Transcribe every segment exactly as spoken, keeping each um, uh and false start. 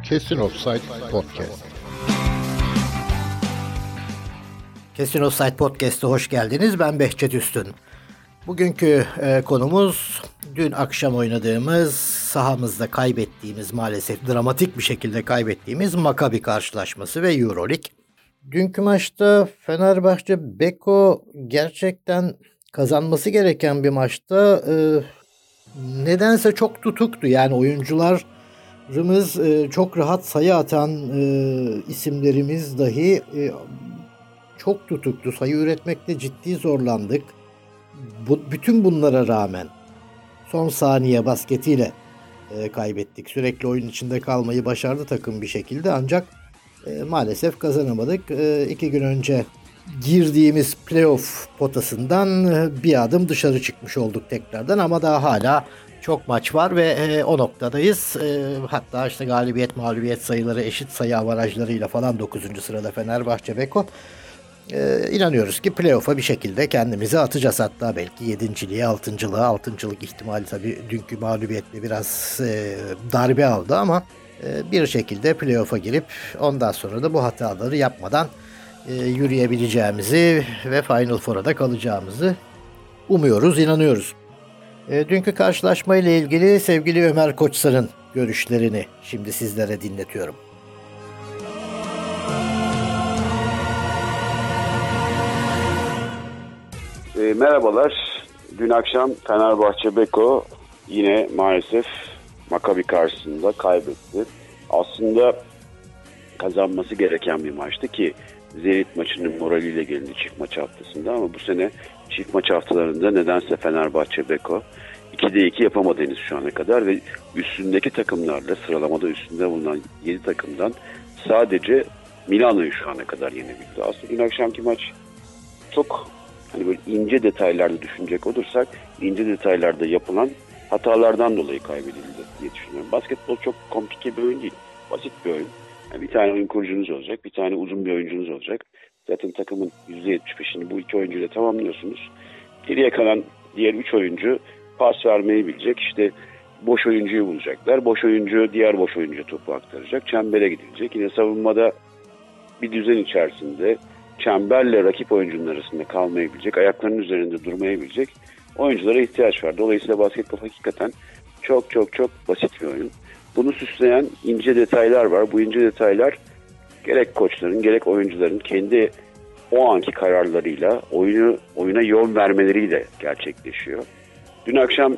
Kesin Offside Podcast. Kesin Offside Podcast'a hoş geldiniz. Ben Behçet Üstün. Bugünkü e, konumuz dün akşam oynadığımız, sahamızda kaybettiğimiz, maalesef dramatik bir şekilde kaybettiğimiz Maccabi karşılaşması ve Euroleague. Dünkü maçta Fenerbahçe Beko gerçekten kazanması gereken bir maçta e, nedense çok tutuktu. Yani oyuncularımız e, çok rahat sayı atan e, isimlerimiz dahi e, çok tutuktu. Sayı üretmekte ciddi zorlandık. Bu, bütün bunlara rağmen son saniye basketiyle e, kaybettik. Sürekli oyun içinde kalmayı başardı takım bir şekilde, ancak e, maalesef kazanamadık. E, iki gün önce girdiğimiz playoff potasından e, bir adım dışarı çıkmış olduk tekrardan, ama daha hala çok maç var ve e, o noktadayız. E, hatta işte galibiyet mağlubiyet sayıları eşit sayı avarajlarıyla falan dokuzuncu sırada Fenerbahçe Beko. Ee, inanıyoruz ki playoff'a bir şekilde kendimizi atacağız. Hatta belki yedinciliğe, altıncılığa, altıncılık ihtimali tabii dünkü mağlubiyetle biraz e, darbe aldı, ama e, bir şekilde playoff'a girip ondan sonra da bu hataları yapmadan e, yürüyebileceğimizi ve Final Four'a da kalacağımızı umuyoruz, inanıyoruz. E, dünkü karşılaşma ile ilgili sevgili Ömer Koçsar'ın görüşlerini şimdi sizlere dinletiyorum. E, merhabalar. Dün akşam Fenerbahçe Beko yine maalesef Maccabi karşısında kaybetti. Aslında kazanması gereken bir maçtı ki Zenit maçının moraliyle gelindi çift maç haftasında, ama bu sene çift maç haftalarında nedense Fenerbahçe Beko ikide iki yapamadı henüz şu ana kadar ve üstündeki takımlarla, sıralamada üstünde bulunan yedi takımdan sadece Milano'yu şu ana kadar yenebildi. Aslında dün akşamki maç çok hani böyle ince detaylarda düşünecek olursak, ince detaylarda yapılan hatalardan dolayı kaybedildi diye düşünüyorum. Basketbol çok komplike bir oyun değil. Basit bir oyun. Yani bir tane oyun kurucunuz olacak, bir tane uzun bir oyuncunuz olacak. Zaten takımın yüzde yetmiş beşini bu iki oyuncuyla tamamlıyorsunuz. Geriye kalan diğer üç oyuncu pas vermeyi bilecek. İşte boş oyuncuyu bulacaklar. Boş oyuncu diğer boş oyuncuya topu aktaracak. Çembere gidilecek. Yine savunmada bir düzen içerisinde çemberle rakip oyuncunun arasında kalmayı bilecek, ayaklarının üzerinde durmayı bilecek oyunculara ihtiyaç var. Dolayısıyla basketbol hakikaten çok çok çok basit bir oyun. Bunu süsleyen ince detaylar var. Bu ince detaylar gerek koçların gerek oyuncuların kendi o anki kararlarıyla oyunu oyuna yol vermeleriyle gerçekleşiyor. Dün akşam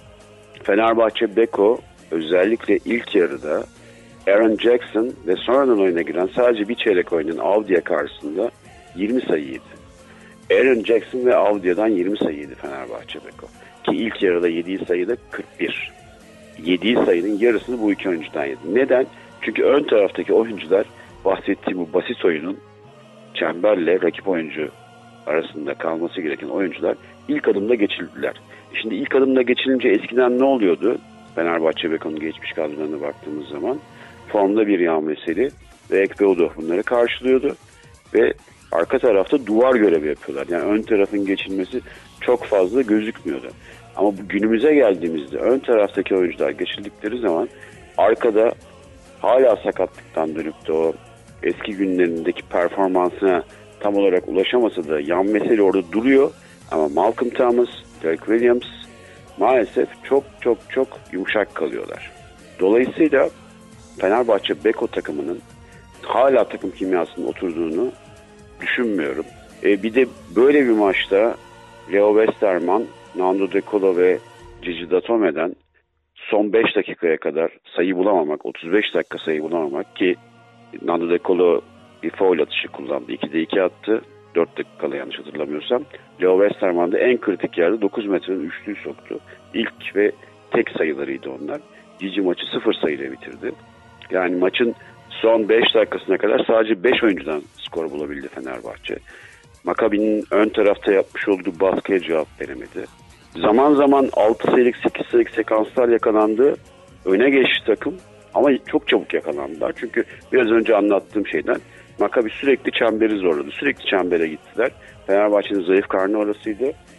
Fenerbahçe Beko özellikle ilk yarıda Aaron Jackson ve sonradan oyuna giren sadece bir çeyrek oynayan Avdiya karşısında yirmi sayı yedi. Aaron Jackson ve Avdiya'dan yirmi sayı yedi Fenerbahçe Beko. Ki ilk yarıda yediği sayıda kırk bir. Yediği sayının yarısını bu iki oyuncudan yedi. Neden? Çünkü ön taraftaki oyuncular bahsettiğim bu basit oyunun çemberle rakip oyuncu arasında kalması gereken oyuncular ilk adımda geçildiler. Şimdi ilk adımda geçilince eskiden ne oluyordu? Fenerbahçe Beko'nun geçmiş kadrolarına baktığımız zaman formda bir Yan Veseli ve Ekpeodo bunları karşılıyordu ve arka tarafta duvar görevi yapıyorlar. Yani ön tarafın geçilmesi çok fazla gözükmüyordu. Ama bu günümüze geldiğimizde ön taraftaki oyuncular geçildikleri zaman arkada hala sakatlıktan dönüp de o eski günlerindeki performansına tam olarak ulaşamasa da Yan Veseli orada duruyor. Ama Malcolm Thomas, Derek Williams maalesef çok çok çok yumuşak kalıyorlar. Dolayısıyla Fenerbahçe Beko takımının hala takım kimyasının oturduğunu düşünmüyorum. E, bir de böyle bir maçta Leo Westerman, Nando De Colo ve Gigi Datome'den son beş dakikaya kadar sayı bulamamak, otuz beş dakika sayı bulamamak ki Nando De Colo bir foul atışı kullandı. ikide iki attı. dört dakikada yanlış hatırlamıyorsam. Leo Westerman da en kritik yerde dokuz metrenin üçlüğü soktu. İlk ve tek sayılarıydı onlar. Gigi maçı sıfır sayıyla bitirdi. Yani maçın son beş dakikasına kadar sadece beş oyuncudan skor bulabildi Fenerbahçe. Maccabi'nin ön tarafta yapmış olduğu baskıya cevap veremedi. Zaman zaman altı sayılık sekiz sayılık sekanslar yakalandı. Öne geçti takım ama çok çabuk yakalandılar. Çünkü biraz önce anlattığım şeyden Maccabi sürekli çemberi zorladı. Sürekli çembere gittiler. Fenerbahçe'nin zayıf karnı orasıydı.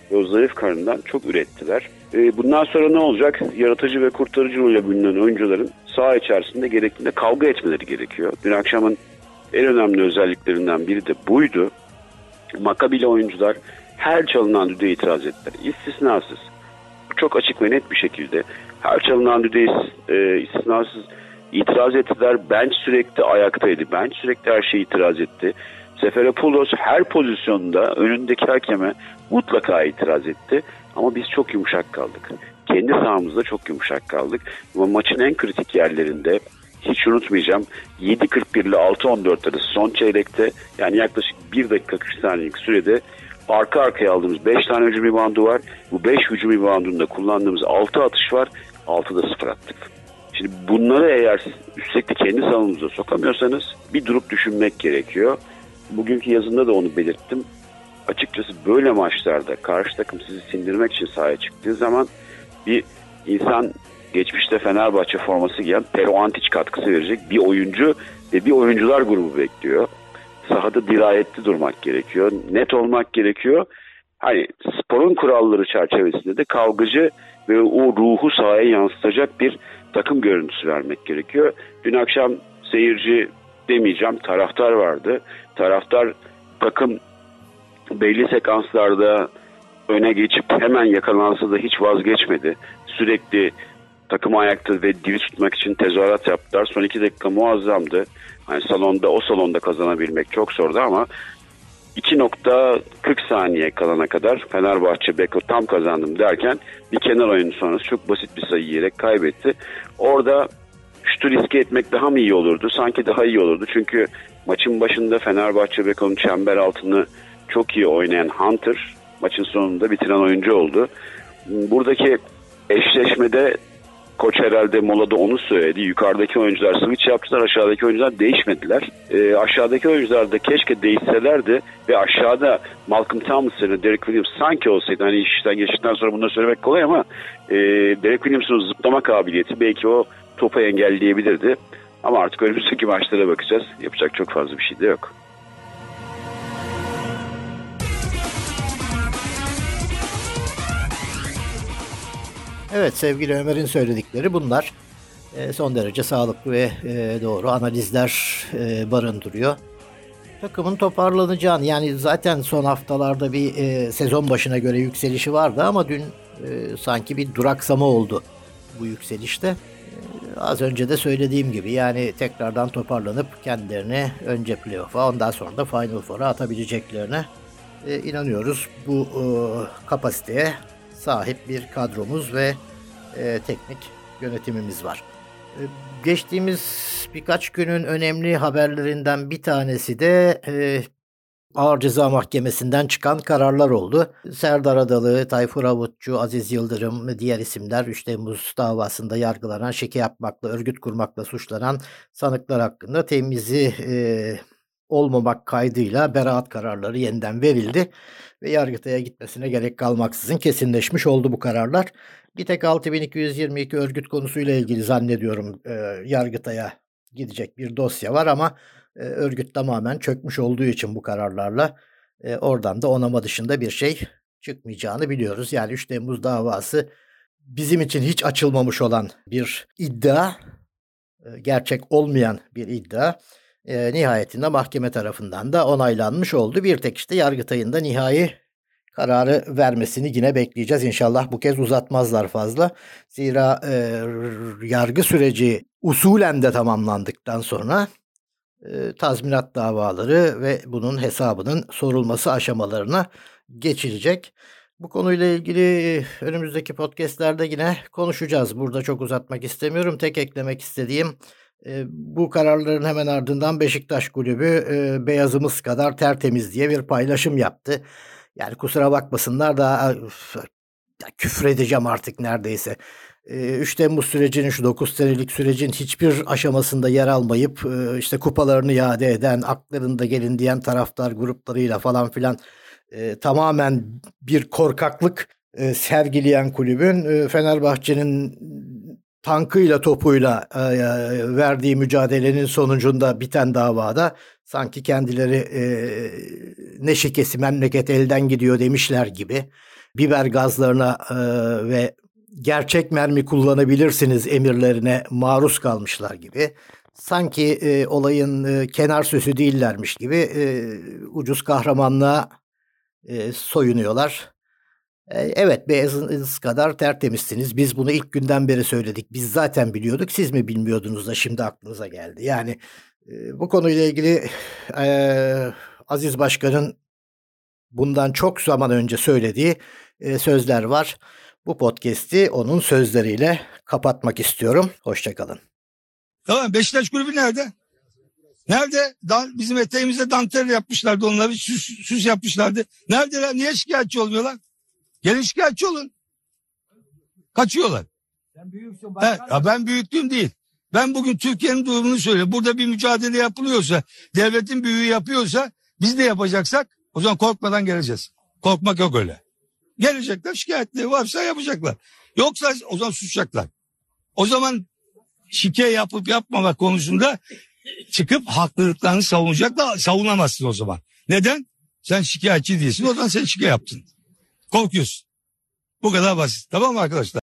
ve o zayıf karnından çok ürettiler. E, bundan sonra ne olacak? Yaratıcı ve kurtarıcı rolüyle bilinen oyuncuların saha içerisinde gerektiğinde kavga etmeleri gerekiyor. Dün akşamın en önemli özelliklerinden biri de buydu. Makabili oyuncular her çalınan düdüğe itiraz ettiler. İstisnasız. Çok açık ve net bir şekilde her çalınan düdüğe e, istisnasız itiraz ettiler. Bench sürekli ayaktaydı. Bench sürekli her şeye itiraz etti. Seferopoulos her pozisyonda önündeki hakeme mutlaka itiraz etti. Ama biz çok yumuşak kaldık. Kendi sahamızda çok yumuşak kaldık. Ama maçın en kritik yerlerinde hiç unutmayacağım, yedi kırk bir ile altı on dört arası son çeyrekte, yani yaklaşık bir dakika kırk saniyelik sürede arka arkaya aldığımız beş tane hücum reboundu var. Bu beş hücum reboundunda kullandığımız altı atış var. altıda sıfır attık. Şimdi bunları eğer siz üstelik de kendi sahamınıza sokamıyorsanız bir durup düşünmek gerekiyor. Bugünkü yazımda da onu belirttim. Açıkçası böyle maçlarda karşı takım sizi sindirmek için sahaya çıktığı zaman bir insan geçmişte Fenerbahçe forması giyen Pero Antic katkısı verecek bir oyuncu ve bir oyuncular grubu bekliyor. Sahada dirayetli durmak gerekiyor. Net olmak gerekiyor. Hani sporun kuralları çerçevesinde de kavgacı ve o ruhu sahaya yansıtacak bir takım görüntüsü vermek gerekiyor. Dün akşam seyirci demeyeceğim, taraftar vardı. Taraftar takım belli sekanslarda öne geçip hemen yakalansa da hiç vazgeçmedi. Sürekli takımı ayakta ve diri tutmak için tezahürat yaptılar. Son iki dakika muazzamdı. Hani salonda, o salonda kazanabilmek çok zordu ama iki dakika kırk saniye kalana kadar Fenerbahçe Beko tam kazandım derken bir kenar oyunu sonrası çok basit bir sayı yiyerek kaybetti. Orada şutu riske etmek daha mı iyi olurdu? Sanki daha iyi olurdu. Çünkü maçın başında Fenerbahçe Beko'nun çember altını çok iyi oynayan Hunter maçın sonunda bitiren oyuncu oldu. Buradaki eşleşmede koç herhalde molada onu söyledi. Yukarıdaki oyuncular switch yaptılar, aşağıdaki oyuncular değişmediler. E, aşağıdaki oyuncular da keşke değişselerdi ve aşağıda Malcolm Thomas yerine Derek Williams sanki olsaydı, hani işten geçtikten sonra bunları söylemek kolay ama e, Derek Williams'ın zıplama kabiliyeti belki o topu engelleyebilirdi. Ama artık önümüzdeki maçlara bakacağız. Yapacak çok fazla bir şey de yok. Evet, sevgili Ömer'in söyledikleri bunlar. E, son derece sağlıklı ve e, doğru analizler e, barındırıyor. Takımın toparlanacağını, yani zaten son haftalarda bir e, sezon başına göre yükselişi vardı ama dün e, sanki bir duraksama oldu bu yükselişte. E, az önce de söylediğim gibi yani tekrardan toparlanıp kendilerini önce playoff'a, ondan sonra da Final Four'a atabileceklerine e, inanıyoruz. Bu e, kapasiteye sahip bir kadromuz ve e, teknik yönetimimiz var. E, geçtiğimiz birkaç günün önemli haberlerinden bir tanesi de e, Ağır Ceza Mahkemesi'nden çıkan kararlar oldu. Serdar Adalı, Tayfur Avutçu, Aziz Yıldırım, diğer isimler üç Temmuz davasında yargılanan, şike yapmakla, örgüt kurmakla suçlanan sanıklar hakkında temizi e, olmamak kaydıyla beraat kararları yeniden verildi ve Yargıtay'a gitmesine gerek kalmaksızın kesinleşmiş oldu bu kararlar. Bir tek altı bin iki yüz yirmi iki örgüt konusuyla ilgili zannediyorum e, Yargıtay'a gidecek bir dosya var ama e, örgüt tamamen çökmüş olduğu için bu kararlarla e, oradan da onama dışında bir şey çıkmayacağını biliyoruz. Yani üç Temmuz davası bizim için hiç açılmamış olan bir iddia, e, gerçek olmayan bir iddia. E, nihayetinde mahkeme tarafından da onaylanmış oldu. Bir tek işte Yargıtay'ın da nihai kararı vermesini yine bekleyeceğiz. İnşallah bu kez uzatmazlar fazla. Zira e, yargı süreci usulen de tamamlandıktan sonra e, tazminat davaları ve bunun hesabının sorulması aşamalarına geçilecek. Bu konuyla ilgili önümüzdeki podcastlerde yine konuşacağız. Burada çok uzatmak istemiyorum. Tek eklemek istediğim, e, bu kararların hemen ardından Beşiktaş Kulübü e, beyazımız kadar tertemiz diye bir paylaşım yaptı. Yani kusura bakmasınlar da üf, küfür edeceğim artık neredeyse. E, üç Temmuz sürecinin, şu dokuz senelik sürecin hiçbir aşamasında yer almayıp e, işte kupalarını iade eden, aklarında gelin diyen taraftar gruplarıyla falan filan e, tamamen bir korkaklık e, sergileyen kulübün e, Fenerbahçe'nin tankıyla topuyla e, verdiği mücadelenin sonucunda biten davada sanki kendileri e, ne şikesi memleket elden gidiyor demişler gibi biber gazlarına e, ve gerçek mermi kullanabilirsiniz emirlerine maruz kalmışlar gibi. Sanki e, olayın e, kenar süsü değillermiş gibi e, ucuz kahramanlığa e, soyunuyorlar. E, evet, beyazınız kadar tertemizsiniz. Biz bunu ilk günden beri söyledik. Biz zaten biliyorduk. Siz mi bilmiyordunuz da şimdi aklınıza geldi? Yani e, bu konuyla ilgili e, Aziz Başkan'ın bundan çok zaman önce söylediği e, sözler var. Bu podcast'i onun sözleriyle kapatmak istiyorum. Hoşçakalın. Tamam, Beşiktaş kulübü nerede? Nerede? Dan, bizim eteğimizde dantel yapmışlardı onları. Süs, süs yapmışlardı. Neredeler? Niye şikayetçi olmuyorlar? Gelin şikayetçi olun. Kaçıyorlar. Sen büyüksün He, başkan. ya ben büyüklüğüm değil. Ben bugün Türkiye'nin durumunu söylüyorum. Burada bir mücadele yapılıyorsa, devletin büyüğü yapıyorsa biz de yapacaksak o zaman korkmadan geleceğiz. Korkmak yok öyle. Gelecekler, şikayetleri varsa yapacaklar. Yoksa o zaman susacaklar. O zaman şike yapıp yapmamak konusunda çıkıp haklılıklarını savunacaklar. Savunamazsın o zaman. Neden? Sen şikayetçi değilsin. O zaman sen şike yaptın. Korkuyorsun. Bu kadar basit. Tamam mı arkadaşlar?